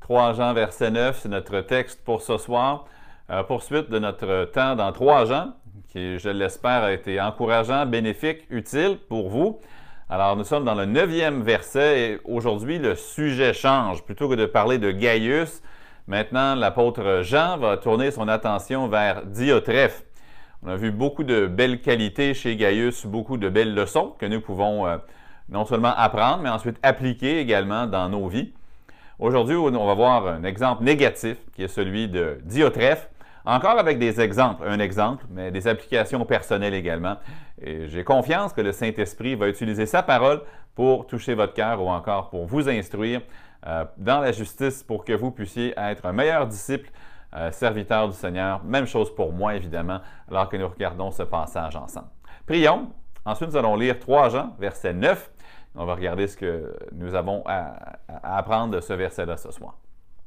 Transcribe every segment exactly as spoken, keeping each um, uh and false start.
trois Jean, verset neuf, c'est notre texte pour ce soir. Euh, poursuite de notre temps dans trois Jean, qui, je l'espère, a été encourageant, bénéfique, utile pour vous. Alors, nous sommes dans le neuvième verset et aujourd'hui, le sujet change. Plutôt que de parler de Gaius, maintenant, l'apôtre Jean va tourner son attention vers Diotrephe. On a vu beaucoup de belles qualités chez Gaius, beaucoup de belles leçons que nous pouvons euh, non seulement apprendre, mais ensuite appliquer également dans nos vies. Aujourd'hui, on va voir un exemple négatif qui est celui de Diotrephe. Encore avec des exemples, un exemple, mais des applications personnelles également. Et j'ai confiance que le Saint-Esprit va utiliser sa parole pour toucher votre cœur ou encore pour vous instruire euh, dans la justice pour que vous puissiez être un meilleur disciple, euh, serviteur du Seigneur. Même chose pour moi, évidemment, alors que nous regardons ce passage ensemble. Prions. Ensuite, nous allons lire trois Jean, verset neuf. On va regarder ce que nous avons à, à apprendre de ce verset-là ce soir.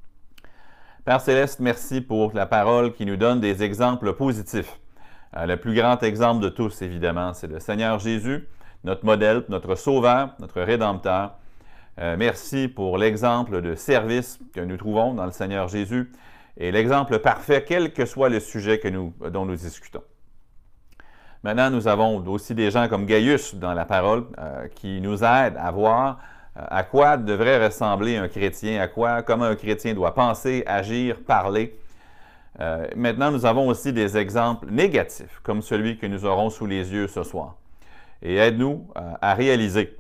Père Céleste, merci pour la parole qui nous donne des exemples positifs. Euh, le plus grand exemple de tous, évidemment, c'est le Seigneur Jésus, notre modèle, notre Sauveur, notre Rédempteur. Euh, merci pour l'exemple de service que nous trouvons dans le Seigneur Jésus et l'exemple parfait, quel que soit le sujet que nous, dont nous discutons. Maintenant, nous avons aussi des gens comme Gaius dans la parole euh, qui nous aident à voir à quoi devrait ressembler un chrétien, à quoi, comment un chrétien doit penser, agir, parler. Euh, maintenant, nous avons aussi des exemples négatifs, comme celui que nous aurons sous les yeux ce soir. Et aide-nous euh, à réaliser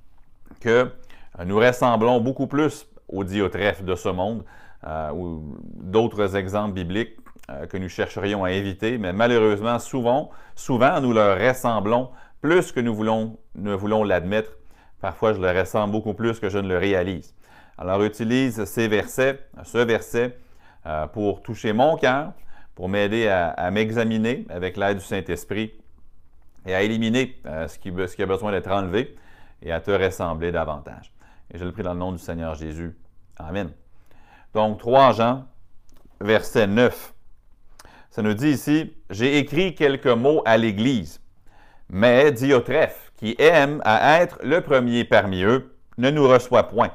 que euh, nous ressemblons beaucoup plus aux Diotrephes de ce monde euh, ou d'autres exemples bibliques euh, que nous chercherions à éviter, mais malheureusement, souvent, souvent nous leur ressemblons plus que nous voulons, ne voulons l'admettre. Parfois, je le ressens beaucoup plus que je ne le réalise. Alors, utilise ces versets, ce verset, euh, pour toucher mon cœur, pour m'aider à, à m'examiner avec l'aide du Saint-Esprit et à éliminer euh, ce, qui, ce qui a besoin d'être enlevé et à te ressembler davantage. Et je le prie dans le nom du Seigneur Jésus. Amen. Donc, trois Jean, verset neuf. Ça nous dit ici, « J'ai écrit quelques mots à l'Église, mais Diotrephe, qui aime à être le premier parmi eux, ne nous reçoit point.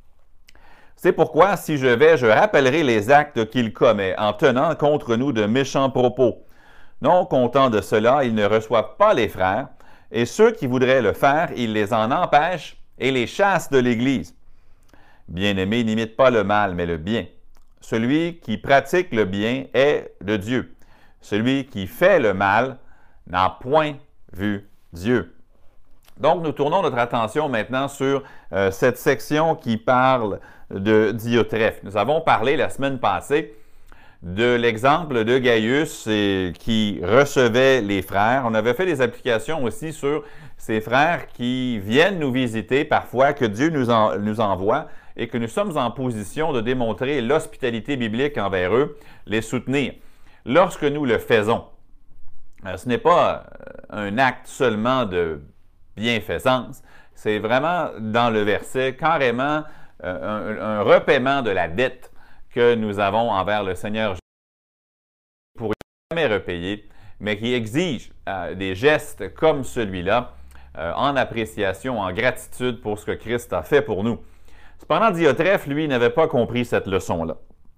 C'est pourquoi, si je vais, je rappellerai les actes qu'il commet en tenant contre nous de méchants propos. Non content de cela, il ne reçoit pas les frères, et ceux qui voudraient le faire, il les en empêche et les chasse de l'Église. Bien-aimé, n'imite pas le mal, mais le bien. Celui qui pratique le bien est de Dieu. Celui qui fait le mal n'a point vu Dieu. » Donc, nous tournons notre attention maintenant sur euh, cette section qui parle de Diotrephe. Nous avons parlé la semaine passée de l'exemple de Gaius et, qui recevait les frères. On avait fait des applications aussi sur ces frères qui viennent nous visiter parfois, que Dieu nous, en, nous envoie et que nous sommes en position de démontrer l'hospitalité biblique envers eux, les soutenir. Lorsque nous le faisons, euh, ce n'est pas un acte seulement de bienfaisance, c'est vraiment dans le verset carrément euh, un, un repaiement de la dette que nous avons envers le Seigneur Jésus pour jamais repayer, mais qui exige euh, des gestes comme celui-là euh, en appréciation, en gratitude pour ce que Christ a fait pour nous. Cependant, Diotrephe, lui, n'avait pas compris cette leçon-là.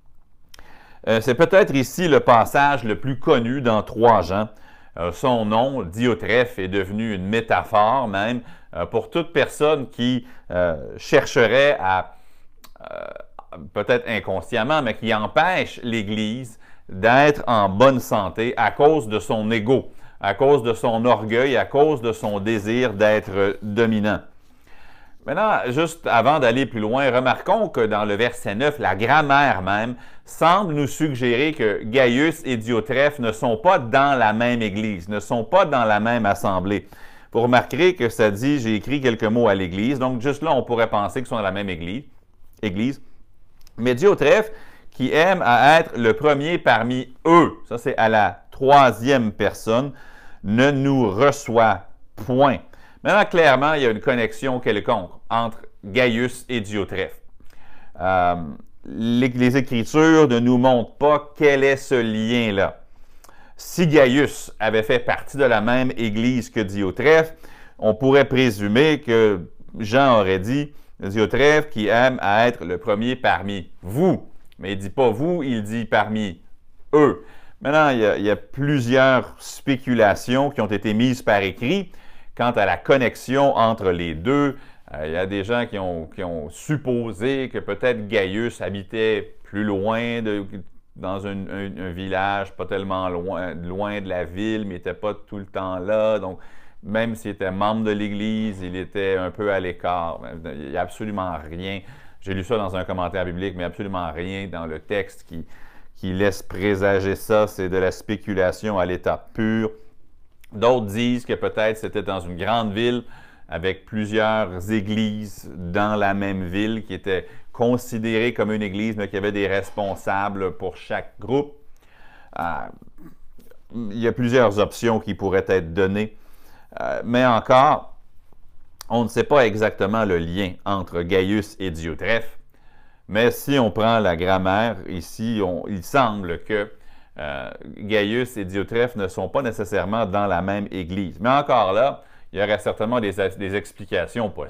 Euh, c'est peut-être ici le passage le plus connu dans trois Jean. Euh, son nom, Diotrephe, est devenu une métaphore même euh, pour toute personne qui euh, chercherait à, euh, peut-être inconsciemment, mais qui empêche l'Église d'être en bonne santé à cause de son ego, à cause de son orgueil, à cause de son désir d'être dominant. Maintenant, juste avant d'aller plus loin, remarquons que dans le verset neuf, la grammaire même semble nous suggérer que Gaius et Diotrephe ne sont pas dans la même Église, ne sont pas dans la même assemblée. Vous remarquerez que ça dit « j'ai écrit quelques mots à l'Église », donc juste là, on pourrait penser qu'ils sont dans la même Église. église. Mais Diotrephe, qui aime à être le premier parmi eux, ça c'est à la troisième personne, ne nous reçoit point. Maintenant, clairement, il y a une connexion quelconque entre Gaius et Diotrephe. Euh, les, les Écritures ne nous montrent pas quel est ce lien-là. Si Gaius avait fait partie de la même Église que Diotrephe, on pourrait présumer que Jean aurait dit Diotrephe qui aime à être le premier parmi vous. Mais il ne dit pas vous, il dit parmi eux. Maintenant, il y, a, il y a plusieurs spéculations qui ont été mises par écrit quant à la connexion entre les deux. Euh, il y a des gens qui ont, qui ont supposé que peut-être Gaius habitait plus loin, de, dans un, un, un village pas tellement loin, loin de la ville, mais il n'était pas tout le temps là. Donc, même s'il était membre de l'Église, il était un peu à l'écart. Il n'y a absolument rien. J'ai lu ça dans un commentaire biblique, mais absolument rien dans le texte qui, qui laisse présager ça. C'est de la spéculation à l'état pur. D'autres disent que peut-être c'était dans une grande ville avec plusieurs églises dans la même ville qui étaient considérées comme une église, mais qui avait des responsables pour chaque groupe. Euh, il y a plusieurs options qui pourraient être données. Euh, mais encore, on ne sait pas exactement le lien entre Gaius et Diotrephe. Mais si on prend la grammaire, ici, on, il semble que euh, Gaius et Diotrephe ne sont pas nécessairement dans la même église. Mais encore là, il y aurait certainement des, des explications possibles.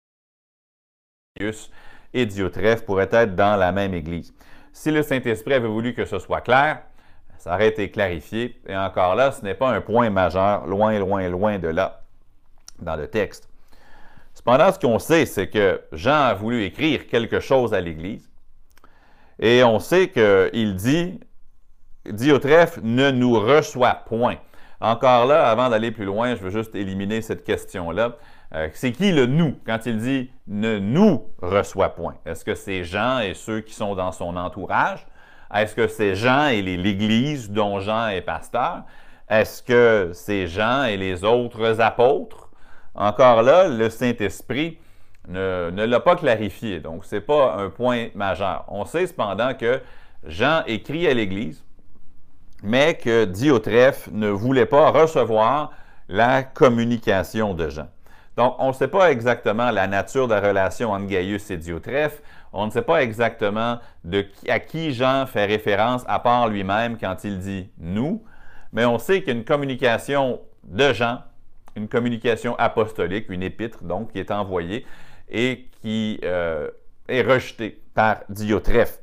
Gaius et Diotrephe pourraient être dans la même église. Si le Saint-Esprit avait voulu que ce soit clair, ça aurait été clarifié. Et encore là, ce n'est pas un point majeur, loin, loin, loin de là, dans le texte. Cependant, ce qu'on sait, c'est que Jean a voulu écrire quelque chose à l'Église. Et on sait qu'il dit, Diotrephe ne nous reçoit point. Encore là, avant d'aller plus loin, je veux juste éliminer cette question-là. Euh, c'est qui le « nous » quand il dit « ne nous reçoit point ». Est-ce que c'est Jean et ceux qui sont dans son entourage? Est-ce que c'est Jean et l'Église dont Jean est pasteur? Est-ce que c'est Jean et les autres apôtres? Encore là, le Saint-Esprit ne, ne l'a pas clarifié, donc ce n'est pas un point majeur. On sait cependant que Jean écrit à l'Église, mais que Diotrephe ne voulait pas recevoir la communication de Jean. Donc, on ne sait pas exactement la nature de la relation entre Gaius et Diotrephe. On ne sait pas exactement de qui, à qui Jean fait référence, à part lui-même, quand il dit « nous ». Mais on sait qu'il y a une communication de Jean, une communication apostolique, une épître, donc, qui est envoyée et qui euh, est rejetée par Diotrephe.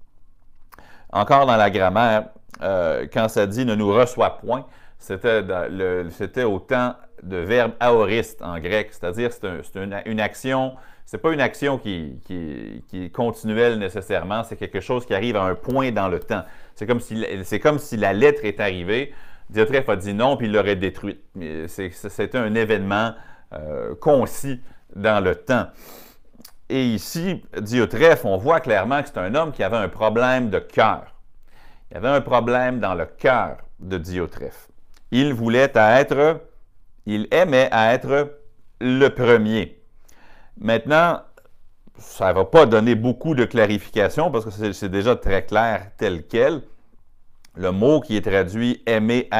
Encore dans la grammaire, euh, quand ça dit « ne nous reçoit point », c'était au temps de verbe aoriste en grec, c'est-à-dire c'est un, une, une action, c'est pas une action qui, qui, qui est continuelle nécessairement, c'est quelque chose qui arrive à un point dans le temps. C'est comme si, c'est comme si la lettre est arrivée, Diotrephe a dit non, puis il l'aurait détruite. C'était un événement euh, concis dans le temps. Et ici, Diotrephe, on voit clairement que c'est un homme qui avait un problème de cœur. Il y avait un problème dans le cœur de Diotrephe. Il voulait être, il aimait à être le premier. Maintenant, ça ne va pas donner beaucoup de clarification parce que c'est déjà très clair tel quel. Le mot qui est traduit « aimer être »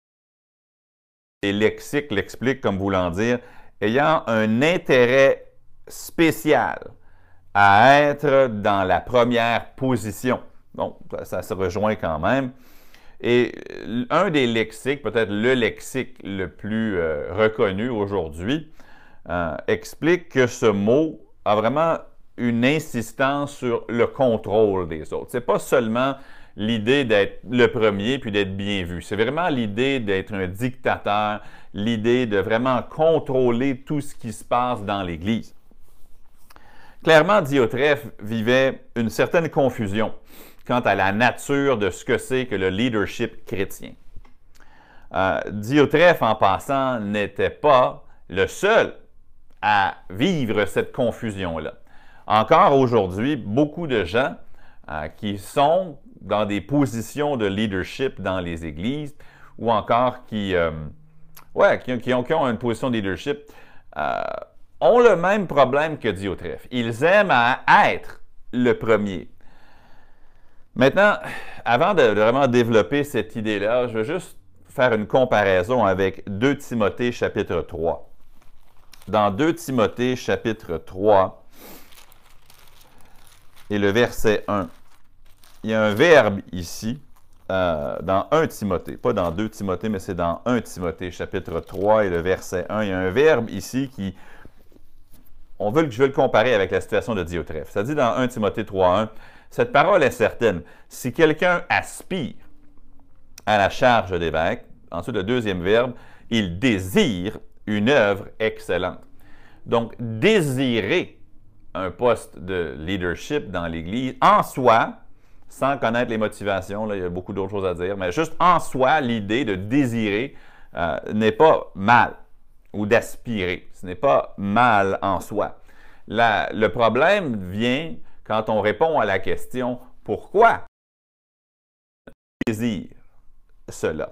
et lexique l'explique comme voulant dire « ayant un intérêt spécial à être dans la première position ». Bon, ça, ça se rejoint quand même. Et un des lexiques, peut-être le lexique le plus euh, reconnu aujourd'hui, euh, explique que ce mot a vraiment une insistance sur le contrôle des autres. Ce n'est pas seulement l'idée d'être le premier puis d'être bien vu. C'est vraiment l'idée d'être un dictateur, l'idée de vraiment contrôler tout ce qui se passe dans l'Église. Clairement, Diotrephe vivait une certaine confusion quant à la nature de ce que c'est que le leadership chrétien. Euh, Diotrephe, en passant, n'était pas le seul à vivre cette confusion-là. Encore aujourd'hui, beaucoup de gens euh, qui sont dans des positions de leadership dans les églises ou encore qui, euh, ouais, qui, qui, ont, qui ont une position de leadership euh, ont le même problème que Diotrephe. Ils aiment à être le premier. Maintenant, avant de vraiment développer cette idée-là, je vais juste faire une comparaison avec deux Timothée chapitre trois. Dans deux Timothée chapitre trois et le verset un, il y a un verbe ici, euh, dans un Timothée, pas dans deux Timothée, mais c'est dans un Timothée chapitre trois et le verset un, il y a un verbe ici qui, on veut, je veux le comparer avec la situation de Diotrephe. Ça dit dans un Timothée trois un, cette parole est certaine. Si quelqu'un aspire à la charge d'évêque, ensuite le deuxième verbe, il désire une œuvre excellente. Donc, désirer un poste de leadership dans l'Église, en soi, sans connaître les motivations, là, il y a beaucoup d'autres choses à dire, mais juste en soi, l'idée de désirer euh, n'est pas mal, ou d'aspirer. Ce n'est pas mal en soi. La, le problème vient quand on répond à la question « Pourquoi désire cela? »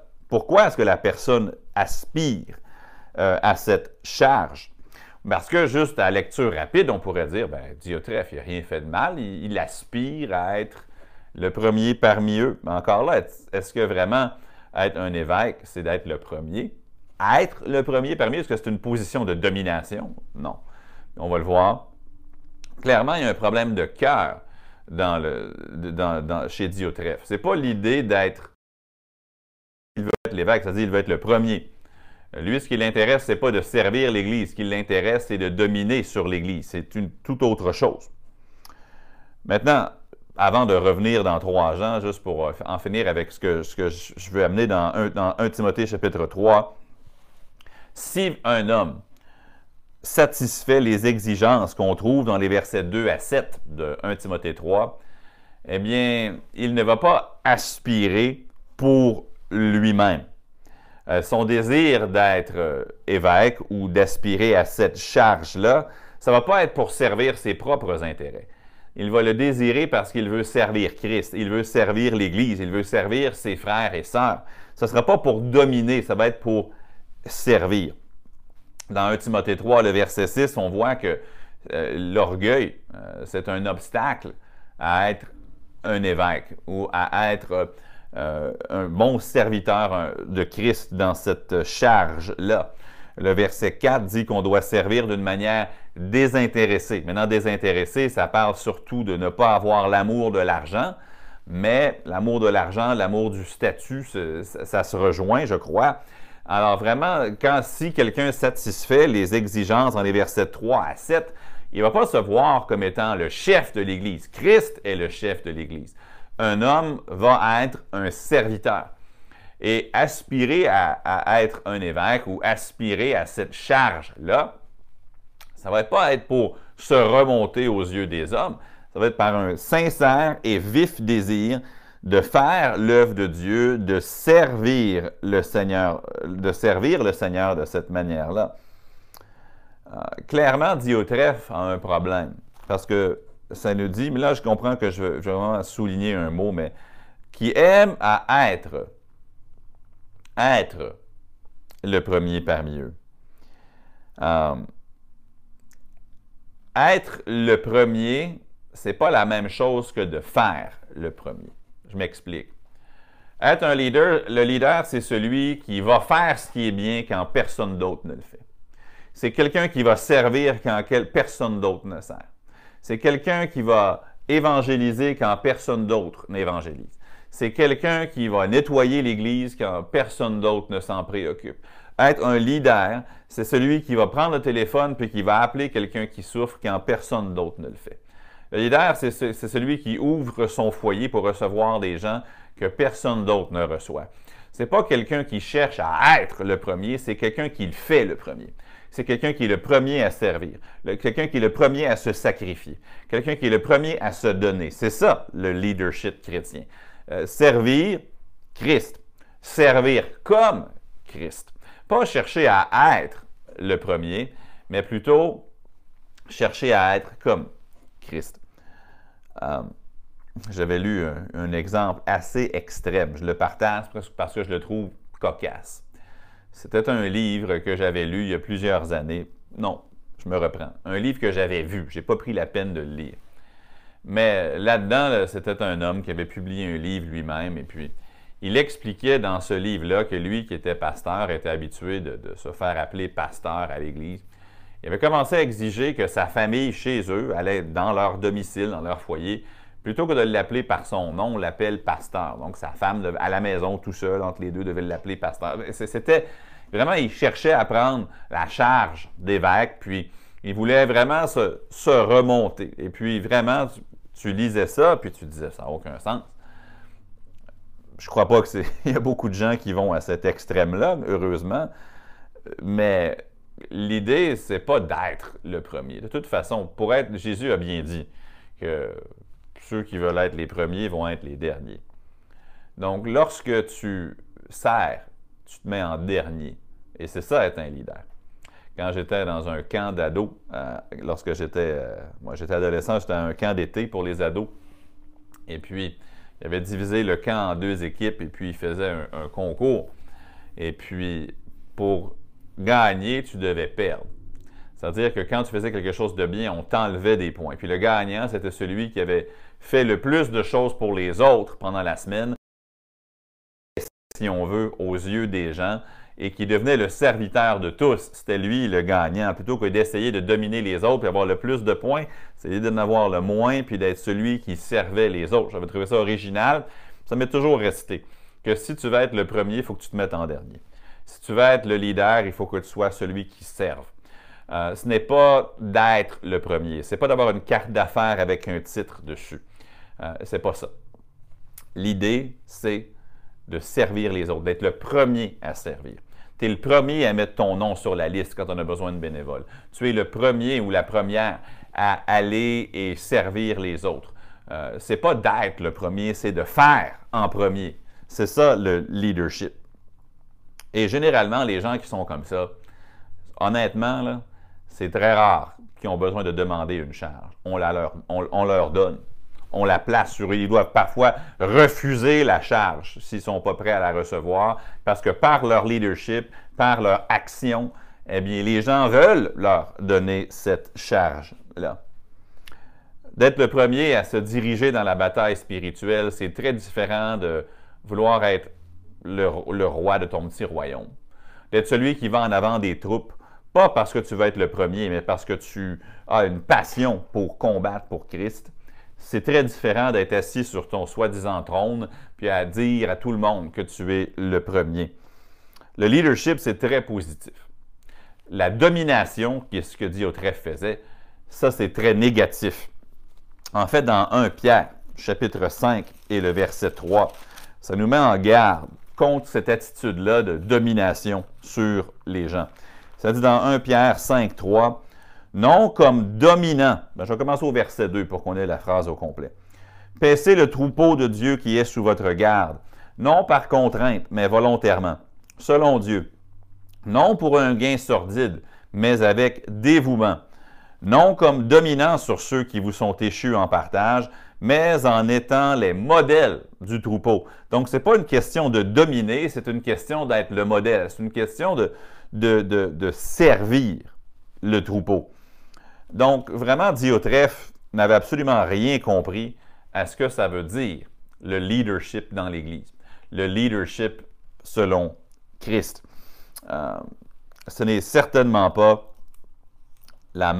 Pourquoi est-ce que la personne aspire euh, à cette charge? Parce que juste à lecture rapide, on pourrait dire, ben, Diotrephe, il n'a rien fait de mal, il, il aspire à être le premier parmi eux. Mais encore là, est-ce que vraiment être un évêque, c'est d'être le premier? Être le premier parmi eux, est-ce que c'est une position de domination? Non. On va le voir. Clairement, il y a un problème de cœur dans le, dans, dans, chez Diotrephe. Ce n'est pas l'idée d'être il veut être l'évêque, c'est-à-dire qu'il veut être le premier. Lui, ce qui l'intéresse, ce n'est pas de servir l'Église. Ce qui l'intéresse, c'est de dominer sur l'Église. C'est une toute autre chose. Maintenant, avant de revenir dans trois Jean, juste pour en finir avec ce que, ce que je veux amener dans un, dans un Timothée chapitre trois, si un homme satisfait les exigences qu'on trouve dans les versets deux à sept de un Timothée trois, eh bien, il ne va pas aspirer pour lui-même. Euh, son désir d'être euh, évêque ou d'aspirer à cette charge-là, ça ne va pas être pour servir ses propres intérêts. Il va le désirer parce qu'il veut servir Christ, il veut servir l'Église, il veut servir ses frères et sœurs. Ce ne sera pas pour dominer, ça va être pour servir. Dans un Timothée trois, le verset six, on voit que euh, l'orgueil, euh, c'est un obstacle à être un évêque ou à être euh, un bon serviteur un, de Christ dans cette charge-là. Le verset quatre dit qu'on doit servir d'une manière désintéressée. Maintenant, désintéressé, ça parle surtout de ne pas avoir l'amour de l'argent, mais l'amour de l'argent, l'amour du statut, ça, ça se rejoint, je crois. Alors vraiment, quand si quelqu'un satisfait les exigences dans les versets trois à sept, il ne va pas se voir comme étant le chef de l'Église. Christ est le chef de l'Église. Un homme va être un serviteur. Et aspirer à, à être un évêque ou aspirer à cette charge-là, ça ne va pas être pour se remonter aux yeux des hommes, ça va être par un sincère et vif désir de faire l'œuvre de Dieu, de servir le Seigneur, de servir le Seigneur de cette manière-là. Euh, clairement, Diotrephe a un problème, parce que ça nous dit, mais là je comprends que je veux, je veux vraiment souligner un mot, mais qui aime à être, être le premier parmi eux. Euh, être le premier, c'est pas la même chose que de faire le premier. Je m'explique. Être un leader, le leader, c'est celui qui va faire ce qui est bien quand personne d'autre ne le fait. C'est quelqu'un qui va servir quand personne d'autre ne sert. C'est quelqu'un qui va évangéliser quand personne d'autre n'évangélise. C'est quelqu'un qui va nettoyer l'Église quand personne d'autre ne s'en préoccupe. Être un leader, c'est celui qui va prendre le téléphone puis qui va appeler quelqu'un qui souffre quand personne d'autre ne le fait. Le leader, c'est celui qui ouvre son foyer pour recevoir des gens que personne d'autre ne reçoit. Ce n'est pas quelqu'un qui cherche à être le premier, c'est quelqu'un qui le fait le premier. C'est quelqu'un qui est le premier à servir, quelqu'un qui est le premier à se sacrifier, quelqu'un qui est le premier à se donner. C'est ça, le leadership chrétien. Euh, servir Christ. Servir comme Christ. Pas chercher à être le premier, mais plutôt chercher à être comme Christ. Euh, J'avais lu un, un exemple assez extrême. Je le partage parce que je le trouve cocasse. C'était un livre que j'avais lu il y a plusieurs années. Non, je me reprends. Un livre que j'avais vu. Je n'ai pas pris la peine de le lire. Mais là-dedans, là, c'était un homme qui avait publié un livre lui-même et puis il expliquait dans ce livre-là que lui, qui était pasteur, était habitué de, de se faire appeler pasteur à l'Église. Il avait commencé à exiger que sa famille chez eux allait dans leur domicile, dans leur foyer, plutôt que de l'appeler par son nom, on l'appelle pasteur. Donc sa femme, à la maison, tout seul, entre les deux, devait l'appeler pasteur. C'était vraiment, il cherchait à prendre la charge d'évêque, puis Il voulait vraiment se, se remonter. Et puis vraiment, tu, tu lisais ça, puis tu disais, ça n'a aucun sens. Je ne crois pas que c'est... Il y a beaucoup de gens qui vont à cet extrême-là, heureusement. Mais l'idée, c'est pas d'être le premier. De toute façon, pour être... Jésus a bien dit que ceux qui veulent être les premiers vont être les derniers. Donc, lorsque tu sers, tu te mets en dernier. Et c'est ça, être un leader. Quand j'étais dans un camp d'ados, euh, lorsque j'étais euh, moi j'étais adolescent, j'étais à un camp d'été pour les ados. Et puis, il avait divisé le camp en deux équipes et puis il faisait un, un concours. Et puis, pour gagner, tu devais perdre. C'est-à-dire que quand tu faisais quelque chose de bien, on t'enlevait des points. Puis le gagnant, c'était celui qui avait fait le plus de choses pour les autres pendant la semaine, si on veut, aux yeux des gens, et qui devenait le serviteur de tous. C'était lui le gagnant. Plutôt que d'essayer de dominer les autres et avoir le plus de points, c'est d'en avoir le moins puis d'être celui qui servait les autres. J'avais trouvé ça original. Ça m'est toujours resté que si tu veux être le premier, il faut que tu te mettes en dernier. Si tu veux être le leader, il faut que tu sois celui qui serve. Euh, ce n'est pas d'être le premier. Ce n'est pas d'avoir une carte d'affaires avec un titre dessus. Euh, c'est pas ça. L'idée, c'est de servir les autres, d'être le premier à servir. Tu es le premier à mettre ton nom sur la liste quand on a besoin de bénévoles. Tu es le premier ou la première à aller et servir les autres. Euh, ce n'est pas d'être le premier, c'est de faire en premier. C'est ça le leadership. Et généralement, les gens qui sont comme ça, honnêtement, là, c'est très rare qu'ils ont besoin de demander une charge. On la leur, on, on leur donne. On la place sur eux. Ils doivent parfois refuser la charge s'ils ne sont pas prêts à la recevoir parce que par leur leadership, par leur action, eh bien, les gens veulent leur donner cette charge-là. D'être le premier à se diriger dans la bataille spirituelle, c'est très différent de vouloir être le, le roi de ton petit royaume. D'être celui qui va en avant des troupes, pas parce que tu veux être le premier, mais parce que tu as une passion pour combattre pour Christ. C'est très différent d'être assis sur ton soi-disant trône puis à dire à tout le monde que tu es le premier. Le leadership, c'est très positif. La domination, qui est ce que Diotrephe faisait, ça, c'est très négatif. En fait, dans premier Pierre, chapitre cinq et le verset trois, ça nous met en garde contre cette attitude-là de domination sur les gens. Ça dit dans premier Pierre cinq, trois, « Non comme dominant », ben, je vais commencer au verset deux pour qu'on ait la phrase au complet. « Paissez le troupeau de Dieu qui est sous votre garde, non par contrainte, mais volontairement, selon Dieu, non pour un gain sordide, mais avec dévouement, non comme dominant sur ceux qui vous sont échus en partage, mais en étant les modèles du troupeau. » Donc, ce n'est pas une question de dominer, c'est une question d'être le modèle. C'est une question de, de, de, de servir le troupeau. Donc, vraiment, Diotrephe n'avait absolument rien compris à ce que ça veut dire, le leadership dans l'Église, le leadership selon Christ. Euh, ce n'est certainement pas la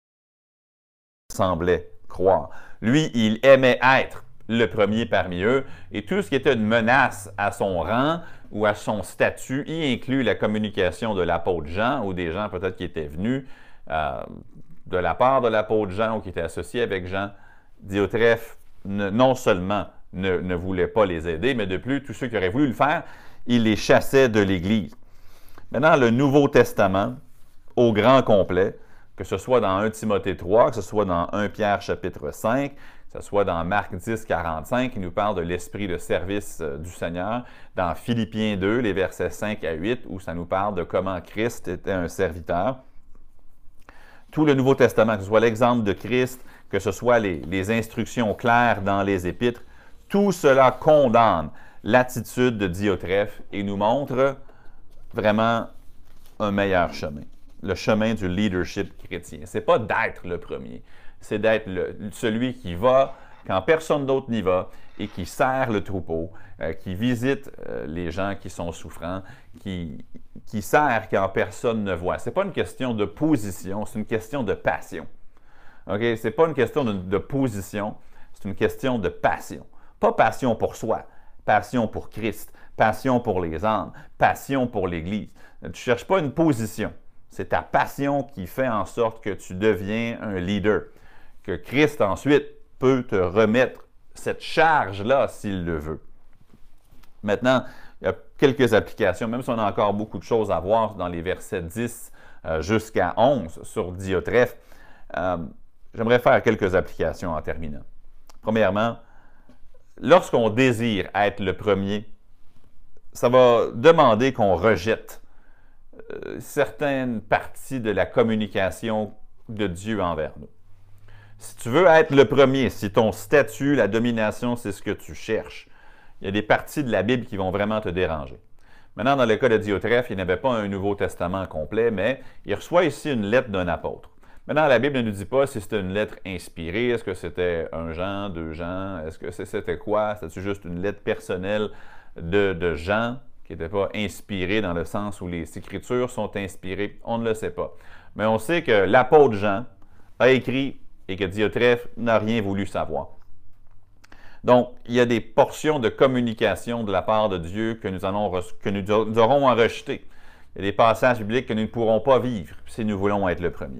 semblait croire. Lui, il aimait être le premier parmi eux, et tout ce qui était une menace à son rang ou à son statut, y inclut la communication de l'apôtre Jean ou des gens peut-être qui étaient venus euh, de la part de l'apôtre Jean ou qui étaient associés avec Jean. Diotrephe, ne, non seulement ne, ne voulait pas les aider, mais de plus, tous ceux qui auraient voulu le faire, il les chassait de l'Église. Maintenant, le Nouveau Testament, au grand complet, que ce soit dans premier Timothée trois, que ce soit dans premier Pierre chapitre cinq, que ce soit dans Marc dix, quarante-cinq, qui nous parle de l'esprit de service du Seigneur, dans Philippiens deux, les versets cinq à huit, où ça nous parle de comment Christ était un serviteur. Tout le Nouveau Testament, que ce soit l'exemple de Christ, que ce soit les, les instructions claires dans les Épîtres, tout cela condamne l'attitude de Diotrephe et nous montre vraiment un meilleur chemin. Le chemin du leadership chrétien. Ce n'est pas d'être le premier, c'est d'être le, celui qui va quand personne d'autre n'y va et qui sert le troupeau, euh, qui visite euh, les gens qui sont souffrants, qui, qui sert quand personne ne voit. Ce n'est pas une question de position, c'est une question de passion. Okay? Ce n'est pas une question de, de position, c'est une question de passion. Pas passion pour soi, passion pour Christ, passion pour les âmes, passion pour l'Église. Tu ne cherches pas une position. C'est ta passion qui fait en sorte que tu deviens un leader. Que Christ ensuite peut te remettre cette charge-là s'il le veut. Maintenant, il y a quelques applications, même si on a encore beaucoup de choses à voir dans les versets dix euh, jusqu'à onze sur Diotrephe. Euh, J'aimerais faire quelques applications en terminant. Premièrement, lorsqu'on désire être le premier, ça va demander qu'on rejette euh, certaines parties de la communication de Dieu envers nous. Si tu veux être le premier, si ton statut, la domination, c'est ce que tu cherches, il y a des parties de la Bible qui vont vraiment te déranger. Maintenant, dans le cas de Diotrephe, il n'avait pas un Nouveau Testament complet, mais il reçoit ici une lettre d'un apôtre. Maintenant, la Bible ne nous dit pas si c'était une lettre inspirée, est-ce que c'était un Jean, deux Jean, est-ce que c'était quoi? C'était juste une lettre personnelle de, de Jean qui n'était pas inspirée dans le sens où les Écritures sont inspirées? On ne le sait pas. Mais on sait que l'apôtre Jean a écrit et que Diotrephe n'a rien voulu savoir. Donc, il y a des portions de communication de la part de Dieu que nous, allons, que nous aurons à rejeter. Il y a des passages bibliques que nous ne pourrons pas vivre si nous voulons être le premier.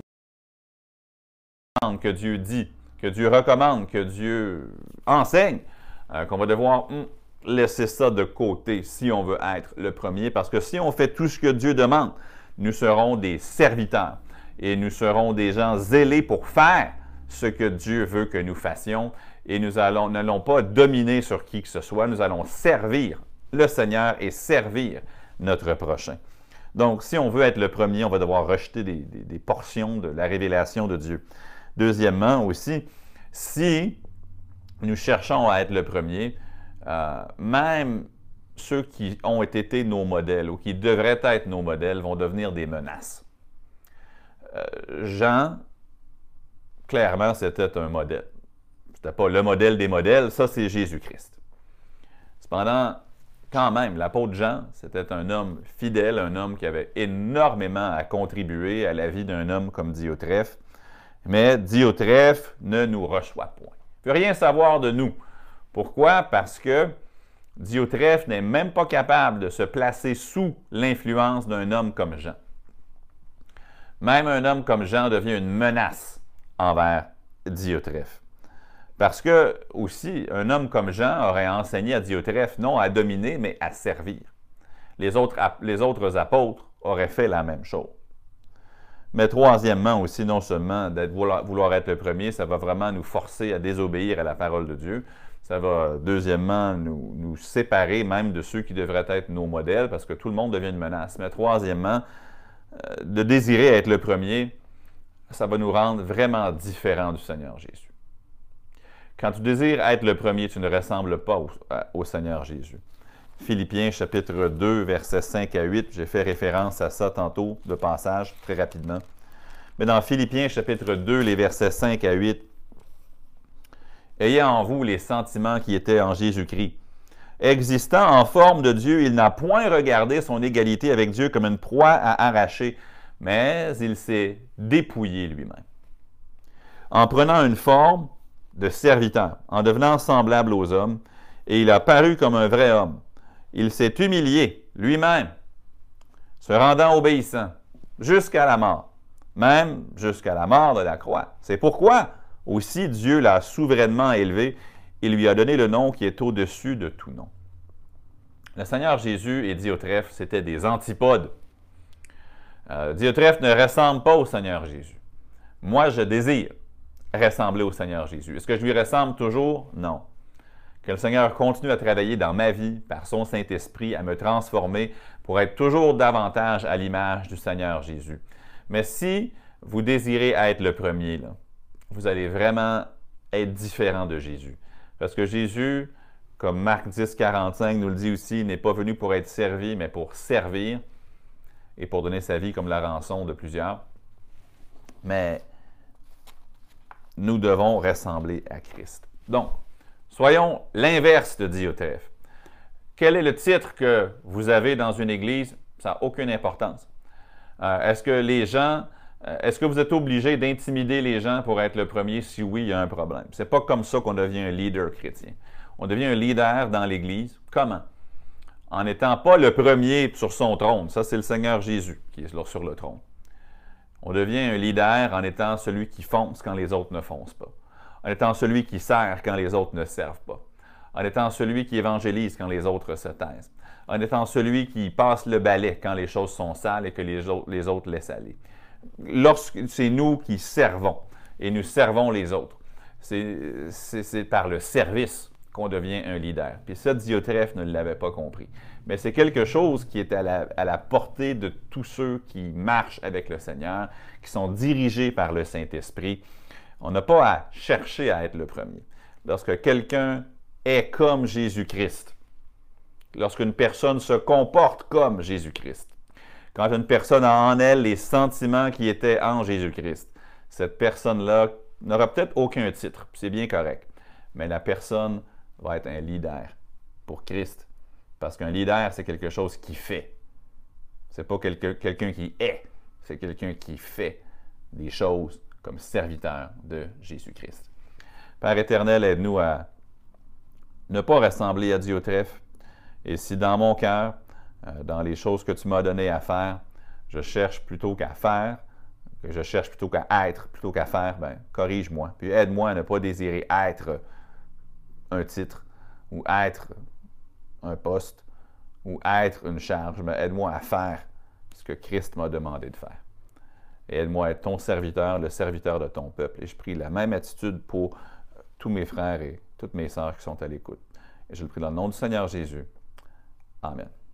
Que Dieu dit, que Dieu recommande, que Dieu enseigne, euh, qu'on va devoir hum, laisser ça de côté si on veut être le premier, parce que si on fait tout ce que Dieu demande, nous serons des serviteurs et nous serons des gens zélés pour faire ce que Dieu veut que nous fassions et nous n'allons pas dominer sur qui que ce soit, nous allons servir le Seigneur et servir notre prochain. Donc, si on veut être le premier, on va devoir rejeter des, des, des portions de la révélation de Dieu. Deuxièmement aussi, si nous cherchons à être le premier, euh, même ceux qui ont été nos modèles ou qui devraient être nos modèles vont devenir des menaces. Euh, Jean, clairement, c'était un modèle. Ce n'était pas le modèle des modèles, ça c'est Jésus-Christ. Cependant, quand même, l'apôtre Jean, c'était un homme fidèle, un homme qui avait énormément à contribuer à la vie d'un homme comme Diotrephe. Mais Diotrephe ne nous reçoit point. Il ne veut rien savoir de nous. Pourquoi? Parce que Diotrephe n'est même pas capable de se placer sous l'influence d'un homme comme Jean. Même un homme comme Jean devient une menace envers Diotrephe. Parce que, aussi, un homme comme Jean aurait enseigné à Diotrephe non à dominer, mais à servir. Les autres, les autres apôtres auraient fait la même chose. Mais troisièmement aussi, non seulement d'être vouloir, vouloir être le premier, ça va vraiment nous forcer à désobéir à la parole de Dieu. Ça va, deuxièmement, nous, nous séparer même de ceux qui devraient être nos modèles, parce que tout le monde devient une menace. Mais troisièmement, euh, de désirer être le premier, ça va nous rendre vraiment différents du Seigneur Jésus. Quand tu désires être le premier, tu ne ressembles pas au, au Seigneur Jésus. Philippiens chapitre deux, versets cinq à huit, j'ai fait référence à ça tantôt, de passage, très rapidement. Mais dans Philippiens chapitre deux, les versets cinq à huit, « Ayez en vous les sentiments qui étaient en Jésus-Christ. Existant en forme de Dieu, il n'a point regardé son égalité avec Dieu comme une proie à arracher, mais il s'est dépouillé lui-même. En prenant une forme de serviteur, en devenant semblable aux hommes, et il a paru comme un vrai homme. Il s'est humilié lui-même, se rendant obéissant jusqu'à la mort, même jusqu'à la mort de la croix. C'est pourquoi aussi Dieu l'a souverainement élevé et lui a donné le nom qui est au-dessus de tout nom. » Le Seigneur Jésus et Diotrephe, c'était des antipodes. Euh, Diotrephe ne ressemble pas au Seigneur Jésus. Moi, je désire ressembler au Seigneur Jésus. Est-ce que je lui ressemble toujours? Non. Que le Seigneur continue à travailler dans ma vie par son Saint-Esprit, à me transformer pour être toujours davantage à l'image du Seigneur Jésus. Mais si vous désirez être le premier, là, vous allez vraiment être différent de Jésus. Parce que Jésus, comme Marc dix, quarante-cinq nous le dit aussi, n'est pas venu pour être servi, mais pour servir et pour donner sa vie comme la rançon de plusieurs. Mais nous devons ressembler à Christ. Donc, soyons l'inverse de Diotrephe. Quel est le titre que vous avez dans une église? Ça n'a aucune importance. Euh, est-ce que les gens, euh, est-ce que vous êtes obligé d'intimider les gens pour être le premier? Si oui, il y a un problème. Ce n'est pas comme ça qu'on devient un leader chrétien. On devient un leader dans l'église. Comment? En n'étant pas le premier sur son trône. Ça, c'est le Seigneur Jésus qui est sur le trône. On devient un leader en étant celui qui fonce quand les autres ne foncent pas, en étant celui qui sert quand les autres ne servent pas, en étant celui qui évangélise quand les autres se taisent, en étant celui qui passe le balai quand les choses sont sales et que les autres, les autres laissent aller. Lorsque c'est nous qui servons et nous servons les autres, c'est par le service qu'on devient un leader. Puis ça, Diotrephe ne l'avait pas compris. Mais c'est quelque chose qui est à la, à la portée de tous ceux qui marchent avec le Seigneur, qui sont dirigés par le Saint-Esprit. On n'a pas à chercher à être le premier. Lorsque quelqu'un est comme Jésus-Christ, lorsqu'une personne se comporte comme Jésus-Christ, quand une personne a en elle les sentiments qui étaient en Jésus-Christ, cette personne-là n'aura peut-être aucun titre, c'est bien correct, mais la personne va être un leader pour Christ. Parce qu'un leader, c'est quelque chose qui fait. Ce n'est pas quelqu'un quelqu'un qui est, c'est quelqu'un qui fait des choses comme serviteur de Jésus-Christ. Père éternel, aide-nous à ne pas ressembler à Diotrephe. Et si dans mon cœur, dans les choses que tu m'as données à faire, je cherche plutôt qu'à faire, que je cherche plutôt qu'à être, plutôt qu'à faire, ben corrige-moi. Puis aide-moi à ne pas désirer être un titre ou être un poste ou être une charge, mais aide-moi à faire ce que Christ m'a demandé de faire. Et aide-moi à être ton serviteur, le serviteur de ton peuple. Et je prie la même attitude pour tous mes frères et toutes mes sœurs qui sont à l'écoute. Et je le prie dans le nom du Seigneur Jésus. Amen.